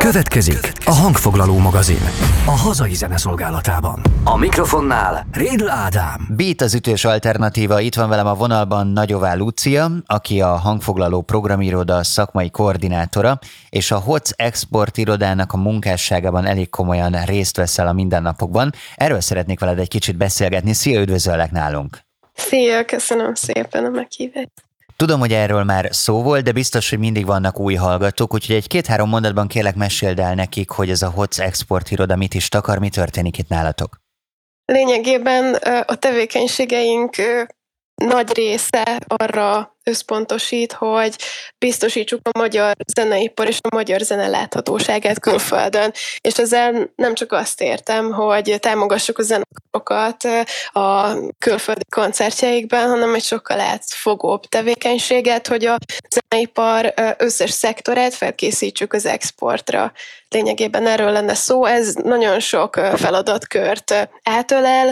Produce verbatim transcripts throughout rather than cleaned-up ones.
Következik a Hangfoglaló magazin a hazai zeneszolgálatában. A mikrofonnál Rédl Ádám. Beat az ütős alternatíva, itt van velem a vonalban Nagyová Lúcia, aki a Hangfoglaló programiroda szakmai koordinátora, és a Hoc Export irodának a munkásságában elég komolyan részt veszel a mindennapokban. Erről szeretnék veled egy kicsit beszélgetni. Szia, üdvözöllek nálunk! Szia, köszönöm szépen a meghívást! Tudom, hogy erről már szó volt, de biztos, hogy mindig vannak új hallgatók, úgyhogy egy két-három mondatban kérlek meséld el nekik, hogy ez a Hoc Export iroda mit is takar, mi történik itt nálatok. Lényegében a tevékenységeink nagy része arra összpontosít, hogy biztosítsuk a magyar zeneipar és a magyar zene láthatóságát külföldön. És ezzel nem csak azt értem, hogy támogassuk a zenekarokat a külföldi koncertjeikben, hanem egy sokkal átfogóbb tevékenységet, hogy a zeneipar összes szektorát felkészítsük az exportra. Lényegében erről lenne szó. Ez nagyon sok feladatkört átölel,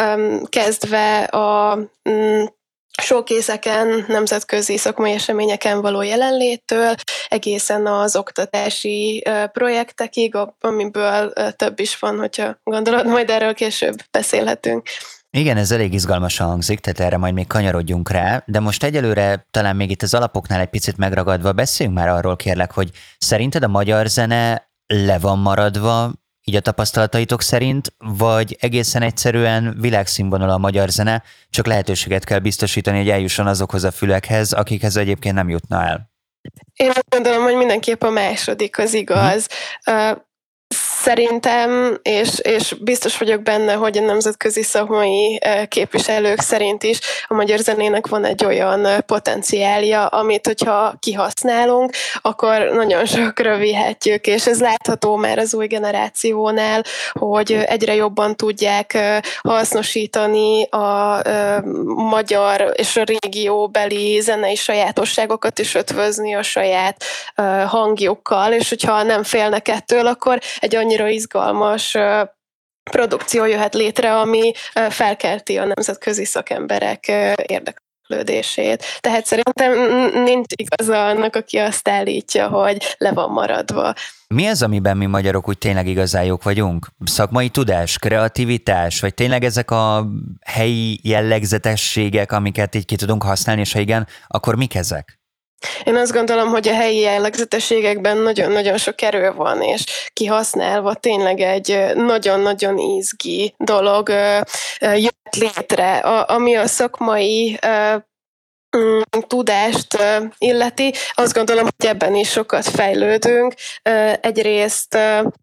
kezdve a showkészeken, nemzetközi szakmai eseményeken való jelenléttől, egészen az oktatási projektekig, amiből több is van, hogyha gondolod, majd erről később beszélhetünk. Igen, ez elég izgalmasan hangzik, tehát erre majd még kanyarodjunk rá, de most egyelőre talán még itt az alapoknál egy picit megragadva beszéljünk már arról, kérlek, hogy szerinted a magyar zene le van maradva, így a tapasztalataitok szerint, vagy egészen egyszerűen világszínvonal a magyar zene, csak lehetőséget kell biztosítani, hogy eljusson azokhoz a fülekhez, akikhez egyébként nem jutna el? Én azt gondolom, hogy mindenképp a második az igaz. Hmm. Szerintem, és, és biztos vagyok benne, hogy a nemzetközi szakmai képviselők szerint is a magyar zenének van egy olyan potenciálja, amit, hogyha kihasználunk, akkor nagyon sokra vihetjük, és ez látható már az új generációnál, hogy egyre jobban tudják hasznosítani a magyar és a régióbeli zenei sajátosságokat, és ötvözni a saját hangjukkal, és hogyha nem félnek ettől, akkor egy annyira izgalmas produkció jöhet létre, ami felkelti a nemzetközi szakemberek érdeklődését. Tehát szerintem nincs igaza annak, aki azt állítja, hogy le van maradva. Mi az, amiben mi magyarok úgy tényleg igazán jók vagyunk? Szakmai tudás, kreativitás, vagy tényleg ezek a helyi jellegzetességek, amiket így ki tudunk használni, és ha igen, akkor mik ezek? Én azt gondolom, hogy a helyi jellegzetességekben nagyon-nagyon sok erő van, és kihasználva tényleg egy nagyon-nagyon izgi dolog jött létre, ami a szakmai tudást illeti. Azt gondolom, hogy ebben is sokat fejlődünk. Egyrészt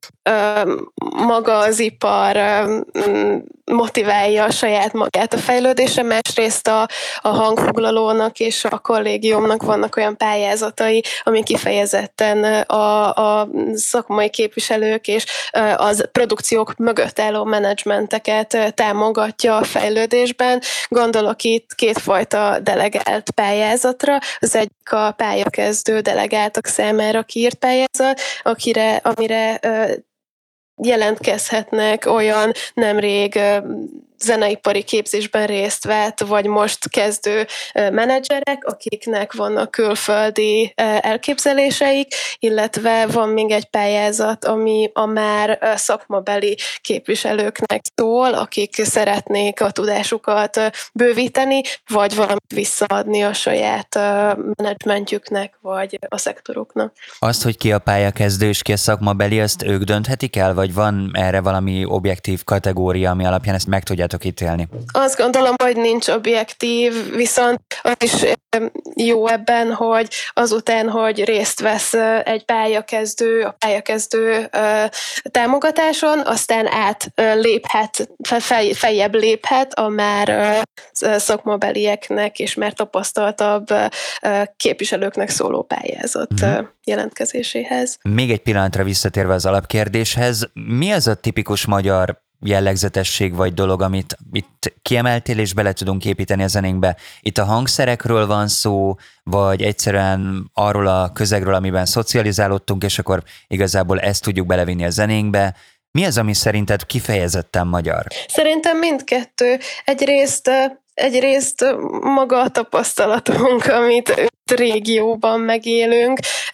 maga az ipar motiválja a saját magát a fejlődésre, másrészt a, a hangfoglalónak és a kollégiumnak vannak olyan pályázatai, ami kifejezetten a, a szakmai képviselők és az produkciók mögött álló menedzsmenteket támogatja a fejlődésben. Gondolok itt kétfajta delegált pályázatra. Az egyik a pályakezdő delegáltak számára kiírt pályázat, akire, amire jelentkezhetnek olyan nemrég zeneipari képzésben részt vett, vagy most kezdő menedzserek, akiknek vannak külföldi elképzeléseik, illetve van még egy pályázat, ami a már szakmabeli képviselőknek szól, akik szeretnék a tudásukat bővíteni, vagy valamit visszaadni a saját menedzsmentjüknek, vagy a szektoruknak. Azt, hogy ki a pályakezdő és ki a szakmabeli, azt ők dönthetik el, vagy van erre valami objektív kategória, ami alapján ezt meg tudják ítélni? Azt gondolom, hogy nincs objektív, viszont az is jó ebben, hogy azután, hogy részt vesz egy pályakezdő, a pályakezdő támogatáson, aztán átléphet, fej, feljebb léphet a már szakmabelieknek és már tapasztaltabb képviselőknek szóló pályázat mm. jelentkezéséhez. Még egy pillanatra visszatérve az alapkérdéshez, mi az a tipikus magyar jellegzetesség vagy dolog, amit itt kiemeltél és bele tudunk építeni a zenénkbe? Itt a hangszerekről van szó, vagy egyszerűen arról a közegről, amiben szocializálódtunk, és akkor igazából ezt tudjuk belevinni a zenénkbe. Mi az, ami szerinted kifejezetten magyar? Szerintem mindkettő. Egyrészt Egyrészt maga a tapasztalatunk, amit öt régióban megélünk,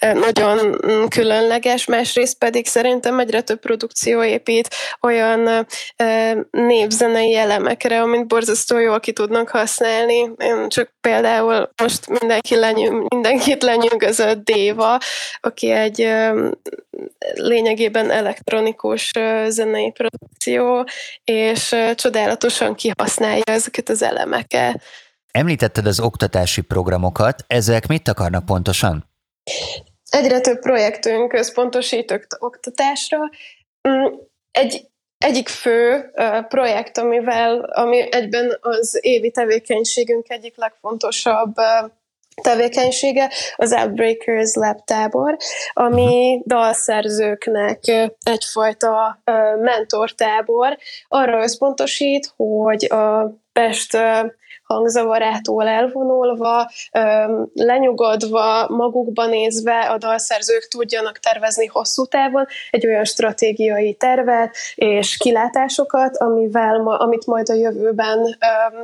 nagyon különleges, másrészt pedig szerintem egyre több produkció épít olyan népzenei elemekre, amit borzasztó jól ki tudnak használni. Én csak például most mindenki lenyű, mindenkit lenyűgözött Déva, aki egy lényegében elektronikus zenei produkció, és csodálatosan kihasználja ezeket az elemeket. Említetted az oktatási programokat, ezek mit akarnak pontosan? Egyre több projektünk központosít oktatásra. Egy egyik fő projekt, amivel, ami egyben az évi tevékenységünk egyik legfontosabb tevékenysége, az Outbreakers Lab tábor, ami dalszerzőknek egyfajta mentortábor. Arra összpontosít, hogy a Pest hangzavarától elvonulva, lenyugodva, magukba nézve a dalszerzők tudjanak tervezni hosszú távon egy olyan stratégiai tervet és kilátásokat, amivel, amit majd a jövőben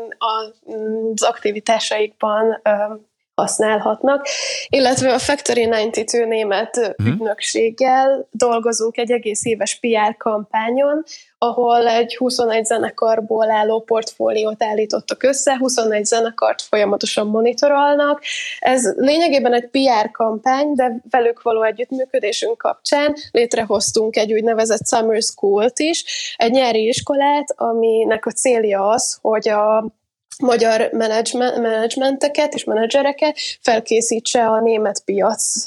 az aktivitásaikban használhatnak, illetve a Factory kilencvenkettő német hmm. ügynökséggel dolgozunk egy egész éves pé er kampányon, ahol egy huszonegy zenekarból álló portfóliót állítottak össze, huszonegy zenekart folyamatosan monitorolnak. Ez lényegében egy pé er kampány, de velük való együttműködésünk kapcsán létrehoztunk egy úgynevezett Summer School-t is, egy nyári iskolát, aminek a célja az, hogy a magyar menedzsmenteket és menedzsereket felkészítse a német piac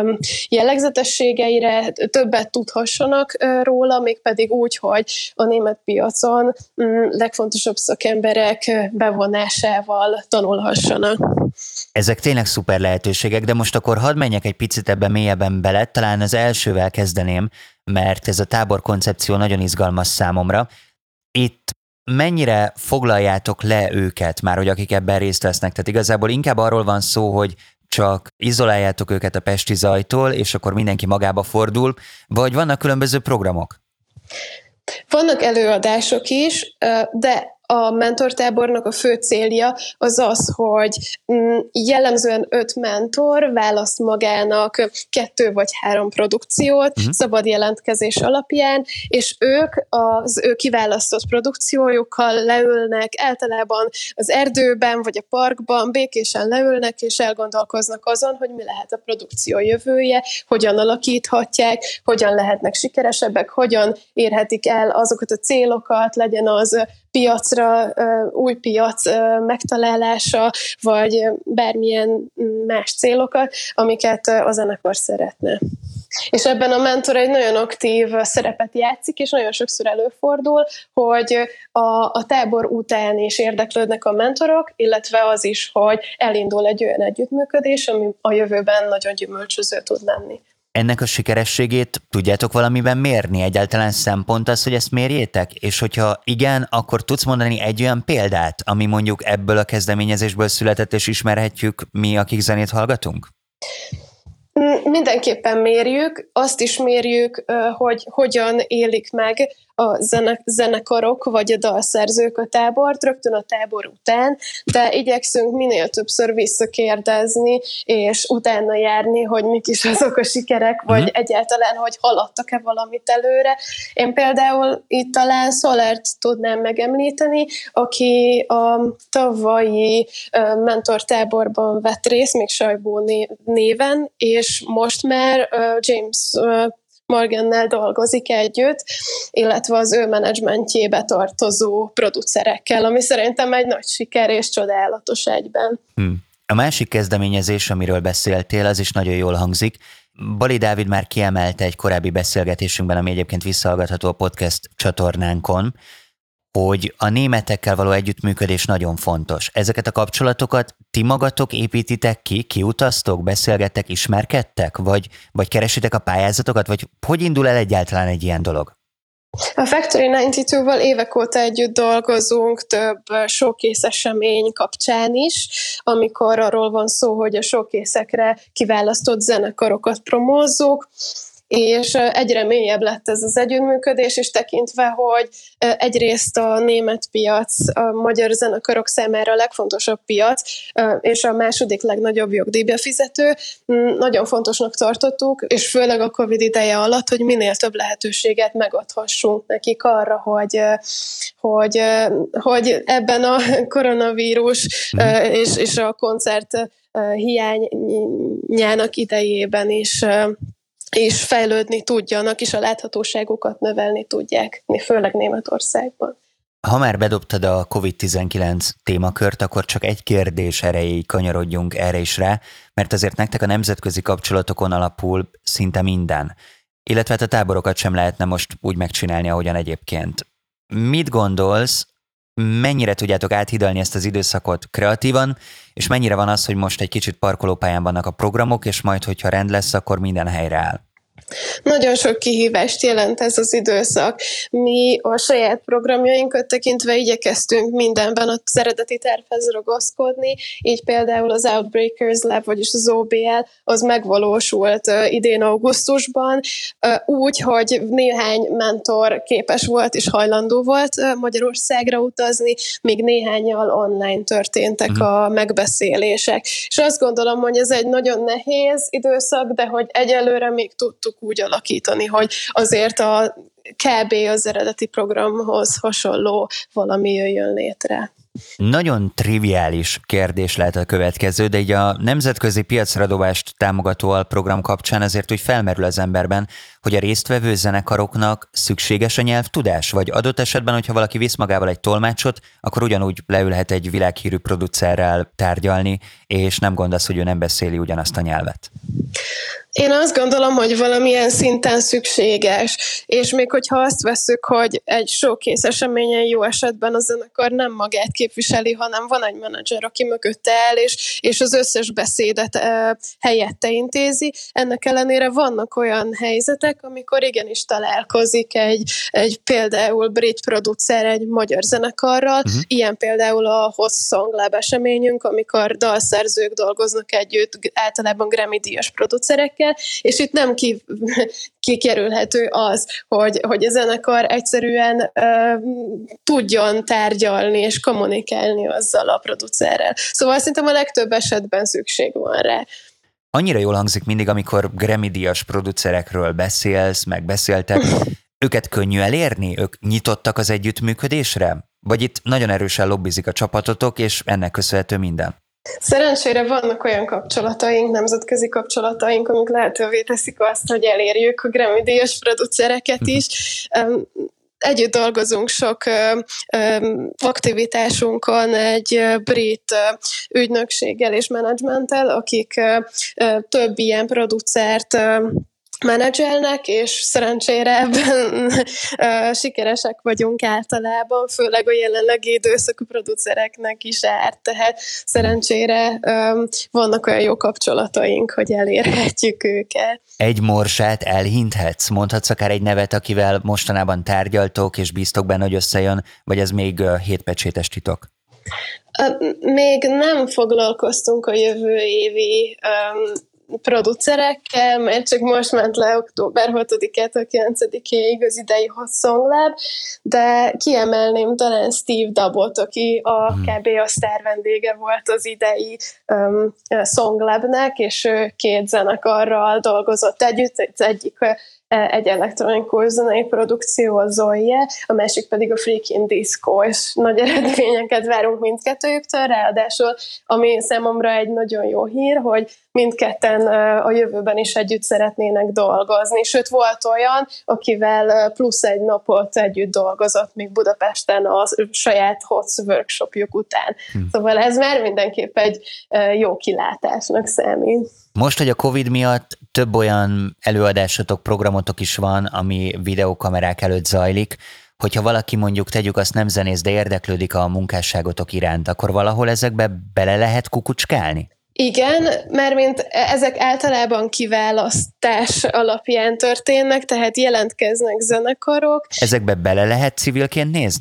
jellegzetességeire, többet tudhassanak róla, mégpedig úgy, hogy a német piacon legfontosabb szakemberek bevonásával tanulhassanak. Ezek tényleg szuper lehetőségek, de most akkor hadd menjek egy picit ebben mélyebben bele, talán az elsővel kezdeném, mert ez a tábor koncepció nagyon izgalmas számomra. Itt mennyire foglaljátok le őket már, hogy akik ebben részt vesznek? Tehát igazából inkább arról van szó, hogy csak izoláljátok őket a pesti zajtól, és akkor mindenki magába fordul, vagy vannak különböző programok? Vannak előadások is, de a mentortábornak a fő célja az az, hogy jellemzően öt mentor választ magának kettő vagy három produkciót uh-huh. szabad jelentkezés alapján, és ők az ő kiválasztott produkciójukkal leülnek, általában az erdőben vagy a parkban békésen leülnek, és elgondolkoznak azon, hogy mi lehet a produkció jövője, hogyan alakíthatják, hogyan lehetnek sikeresebbek, hogyan érhetik el azokat a célokat, legyen az piacra, új piac megtalálása, vagy bármilyen más célokat, amiket a zenekar szeretne. És ebben a mentor egy nagyon aktív szerepet játszik, és nagyon sokszor előfordul, hogy a, a tábor után is érdeklődnek a mentorok, illetve az is, hogy elindul egy olyan együttműködés, ami a jövőben nagyon gyümölcsöző tud lenni. Ennek a sikerességét tudjátok valamiben mérni? Egyáltalán szempont az, hogy ezt mérjétek? És hogyha igen, akkor tudsz mondani egy olyan példát, ami mondjuk ebből a kezdeményezésből született, és ismerhetjük mi, akik zenét hallgatunk? Mindenképpen mérjük, azt is mérjük, hogy hogyan élik meg a zenekarok vagy a dalszerzők a tábort rögtön a tábor után, de igyekszünk minél többször visszakérdezni, és utána járni, hogy mik is azok a sikerek, vagy uh-huh. egyáltalán, hogy haladtak-e valamit előre. Én például itt talán Szolert tudnám megemlíteni, aki a tavalyi mentortáborban vett részt, még Sajbó néven, és most már James Morgannel dolgozik együtt, illetve az ő menedzsmentjébe tartozó producerekkel, ami szerintem egy nagy siker és csodálatos egyben. Hmm. A másik kezdeményezés, amiről beszéltél, az is nagyon jól hangzik. Bali Dávid már kiemelte egy korábbi beszélgetésünkben, ami egyébként visszahallgatható a podcast csatornánkon, hogy a németekkel való együttműködés nagyon fontos. Ezeket a kapcsolatokat ti magatok építitek ki, kiutaztok, beszélgettek, ismerkedtek, vagy, vagy keresitek a pályázatokat, vagy hogy indul el egyáltalán egy ilyen dolog? A Factory kilencvenkettővel évek óta együtt dolgozunk több showcase esemény kapcsán is, amikor arról van szó, hogy a showcase-ekre kiválasztott zenekarokat promózzuk, és egyre mélyebb lett ez az együttműködés, és tekintve, hogy egyrészt a német piac a magyar zenekarok számára a legfontosabb piac, és a második legnagyobb jogdíjbefizető, nagyon fontosnak tartottuk, és főleg a Covid ideje alatt, hogy minél több lehetőséget megadhassunk nekik arra, hogy, hogy, hogy ebben a koronavírus mm. és, és a koncert hiányának idejében is és fejlődni tudjanak, és a láthatóságukat növelni tudják, főleg Németországban. Ha már bedobtad a kovid tizenkilenc témakört, akkor csak egy kérdés erejéig kanyarodjunk erre is rá, mert azért nektek a nemzetközi kapcsolatokon alapul szinte minden. Illetve a táborokat sem lehetne most úgy megcsinálni, ahogyan egyébként. Mit gondolsz, mennyire tudjátok áthidalni ezt az időszakot kreatívan, és mennyire van az, hogy most egy kicsit parkolópályán vannak a programok, és majd, hogyha rend lesz, akkor minden helyre áll? Nagyon sok kihívást jelent ez az időszak. Mi a saját programjainkat tekintve igyekeztünk mindenben az eredeti tervhez ragaszkodni, így például az Outbreakers Lab, vagyis az o bé el, az megvalósult idén augusztusban, úgy, hogy néhány mentor képes volt és hajlandó volt Magyarországra utazni, még néhánnyal online történtek uh-huh. a megbeszélések. És azt gondolom, hogy ez egy nagyon nehéz időszak, de hogy egyelőre még tudtuk úgy alakítani, hogy azért a kb. Az eredeti programhoz hasonló valami jöjjön létre. Nagyon triviális kérdés lehet a következő, de így a nemzetközi piacra dobást támogató alprogram kapcsán azért úgy felmerül az emberben, hogy a résztvevő zenekaroknak szükséges a nyelvtudás, vagy adott esetben, hogyha valaki visz magával egy tolmácsot, akkor ugyanúgy leülhet egy világhírű producerrel tárgyalni, és nem gond az, hogy ő nem beszéli ugyanazt a nyelvet. Én azt gondolom, hogy valamilyen szinten szükséges, és még hogyha azt veszük, hogy egy showcase eseményen jó esetben a zenekar nem magát képviseli, hanem van egy menedzser, aki mögötte áll, és, és az összes beszédet e, helyette intézi. Ennek ellenére vannak olyan helyzetek, amikor igenis találkozik egy, egy például brit producer egy magyar zenekarral, uh-huh. ilyen például a Hot Song Lab eseményünk, amikor dalszerzők dolgoznak együtt, általában Grammy-díjas producerekkel, és itt nem ki, kikerülhető az, hogy, hogy a zenekar egyszerűen uh, tudjon tárgyalni és kommunikálni azzal a producerrel. Szóval szerintem a legtöbb esetben szükség van rá. Annyira jól hangzik mindig, amikor Grammy-díjas producerekről beszélsz, meg beszéltek. Őket könnyű elérni? Ők nyitottak az együttműködésre? Vagy itt nagyon erősen lobbizik a csapatotok, és ennek köszönhető minden? Szerencsére vannak olyan kapcsolataink, nemzetközi kapcsolataink, amik lehetővé teszik azt, hogy elérjük a Grammy-díjas producereket is. Együtt dolgozunk sok aktivitásunkon egy brit ügynökséggel és menedzsmenttel, akik több ilyen producert menedzselnek, és szerencsére ebben uh, sikeresek vagyunk általában, főleg a jelenlegi időszakú producereknek is árt, tehát szerencsére um, vannak olyan jó kapcsolataink, hogy elérhetjük őket. Egy morsát elhinthetsz? Mondhatsz akár egy nevet, akivel mostanában tárgyaltok, és bíztok benne, hogy összejön, vagy ez még uh, hétpecsétes titok? Még nem foglalkoztunk a jövő évi um, producerekkel, mert csak most ment le október hatodikától kilencedikéig az idei Hot Song Lab, de kiemelném talán Steve Dabot, aki a kb. A sztár vendége volt az idei um, Song Labnek, és ő két zenekarral dolgozott együtt, az egyik egy elektronikus zenei produkció, a Zoe, a másik pedig a Freakin' Disco, és nagy eredményeket várunk mindkettőjüktől, ráadásul ami számomra egy nagyon jó hír, hogy mindketten a jövőben is együtt szeretnének dolgozni. Sőt, volt olyan, akivel plusz egy napot együtt dolgozott még Budapesten a saját Hots workshopjuk után. Hm. Szóval ez már mindenképp egy jó kilátásnak számít. Most, hogy a Covid miatt több olyan előadásotok, programotok is van, ami videókamerák előtt zajlik, hogyha valaki mondjuk, tegyük azt, nem zenész, de érdeklődik a munkásságotok iránt, akkor valahol ezekbe bele lehet kukucskálni? Igen, mert mint ezek általában kiválasztás alapján történnek, tehát jelentkeznek zenekarok. Ezekbe bele lehet civilként nézni?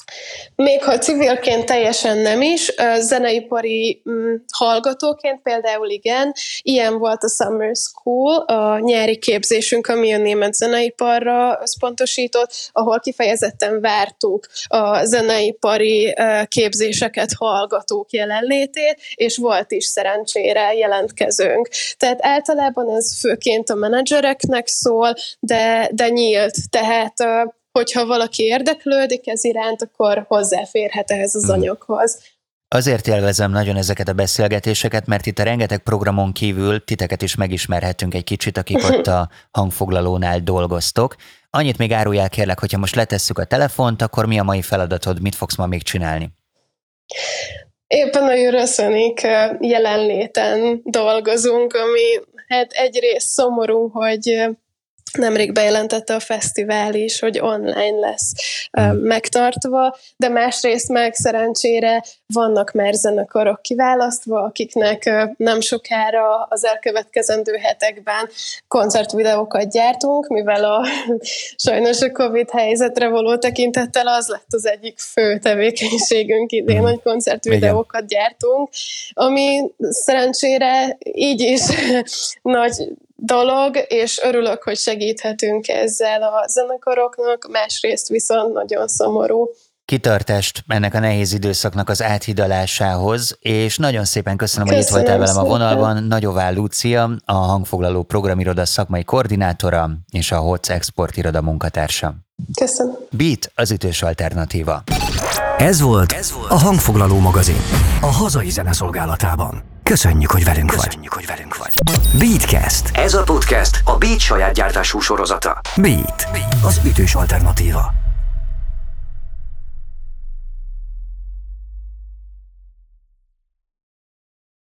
Még ha civilként teljesen nem is, zeneipari mm, hallgatóként például igen, ilyen volt a Summer School, a nyári képzésünk, ami a német zeneiparra összpontosított, ahol kifejezetten vártuk a zeneipari képzéseket, hallgatók jelenlétét, és volt is szerencsére jelentkezőnk. Tehát általában ez főként a menedzsereknek szól, de, de nyílt, tehát hogyha valaki érdeklődik ez iránt, akkor hozzáférhet ehhez az anyaghoz. Azért élvezem nagyon ezeket a beszélgetéseket, mert itt a rengeteg programon kívül titeket is megismerhetünk egy kicsit, akik ott a hangfoglalónál dolgoztok. Annyit még árulj el kérlek, hogyha most letesszük a telefont, akkor mi a mai feladatod, mit fogsz ma még csinálni? Éppen a Eurosonic jelenléten dolgozunk, ami hát egyrészt szomorú, hogy nemrég bejelentette a fesztivál is, hogy online lesz hmm. megtartva, de másrészt meg szerencsére vannak már zenekarok kiválasztva, akiknek nem sokára az elkövetkezendő hetekben koncertvideókat gyártunk, mivel a sajnos a Covid helyzetre való tekintettel az lett az egyik fő tevékenységünk idén, hogy koncertvideókat gyártunk, ami szerencsére így is nagy dolog, és örülök, hogy segíthetünk ezzel a zenekaroknak, másrészt viszont nagyon szomorú. Kitartást ennek a nehéz időszaknak az áthidalásához, és nagyon szépen köszönöm, köszönöm hogy itt voltál velem szépen. A vonalban. Nagyová Lúcia, a Hangfoglaló Programiroda szakmai koordinátora, és a Hoc Export iroda munkatársa. Köszönöm. Beat az ütős alternatíva. Ez volt, Ez volt a Hangfoglaló magazin, a hazai zene szolgálatában. Köszönjük, hogy velünk vagy. Köszönjük, hogy velünk vagy. Beatcast. Ez a podcast a Beat saját gyártású sorozata. Beat, az ütős alternatíva.